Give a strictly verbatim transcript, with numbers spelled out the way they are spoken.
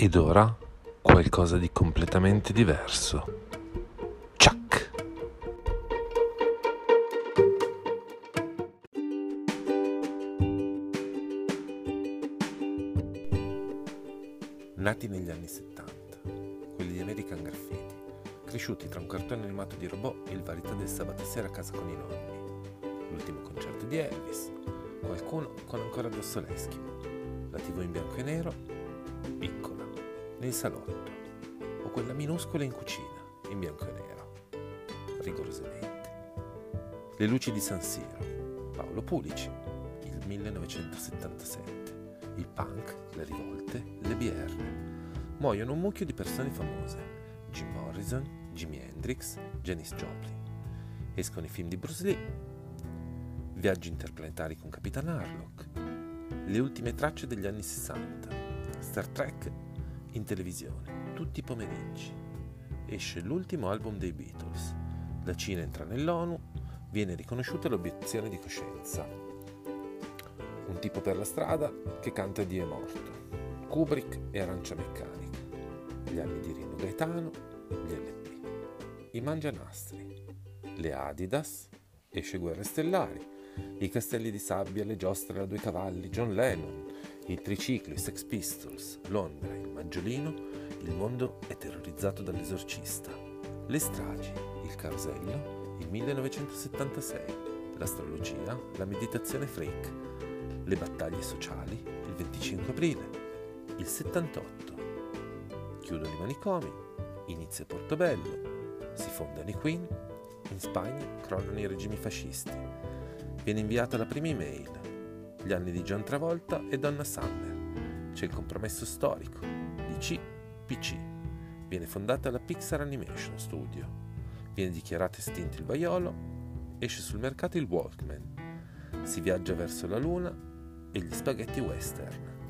Ed ora qualcosa di completamente diverso. Ciak! Nati negli anni settanta, quelli di American Graffiti, cresciuti tra un cartone animato di robot e il varietà del sabato sera a casa con i nonni, l'ultimo concerto di Elvis, qualcuno con ancora addosso l'Eschimo, la tivù in bianco e nero, piccola, nel salotto, o quella minuscola in cucina, in bianco e nero, rigorosamente. Le luci di San Siro, Paolo Pulici, il millenovecentosettantasette. Il punk, le rivolte, le B R. Muoiono un mucchio di persone famose. Jim Morrison, Jimi Hendrix, Janis Joplin. Escono i film di Bruce Lee. Viaggi interplanetari con Capitan Harlock. Le ultime tracce degli anni sessanta. Star Trek in televisione, tutti i pomeriggi. Esce l'ultimo album dei Beatles. La Cina entra nell'ONU. Viene riconosciuta l'obiezione di coscienza. Un tipo per la strada che canta Dio è morto, Kubrick e Arancia Meccanica, gli anni di Rino Gaetano, gli L P, i Mangianastri, le Adidas, esce Guerre Stellari, i castelli di sabbia, le giostre a due cavalli, John Lennon, il triciclo, i Sex Pistols, Londra, il Maggiolino, il mondo è terrorizzato dall'esorcista, le stragi, il carosello, il millenovecentosettantasei, l'astrologia, la meditazione freak, le battaglie sociali, il venticinque aprile, il settantotto, chiudono i manicomi, inizia Portobello, si fondano i Queen, in Spagna crollano i regimi fascisti, viene inviata la prima email, gli anni di John Travolta e Donna Summer, c'è il compromesso storico, D C P C, viene fondata la Pixar Animation Studio, viene dichiarato estinto il vaiolo, esce sul mercato il Walkman, si viaggia verso la luna e gli spaghetti western.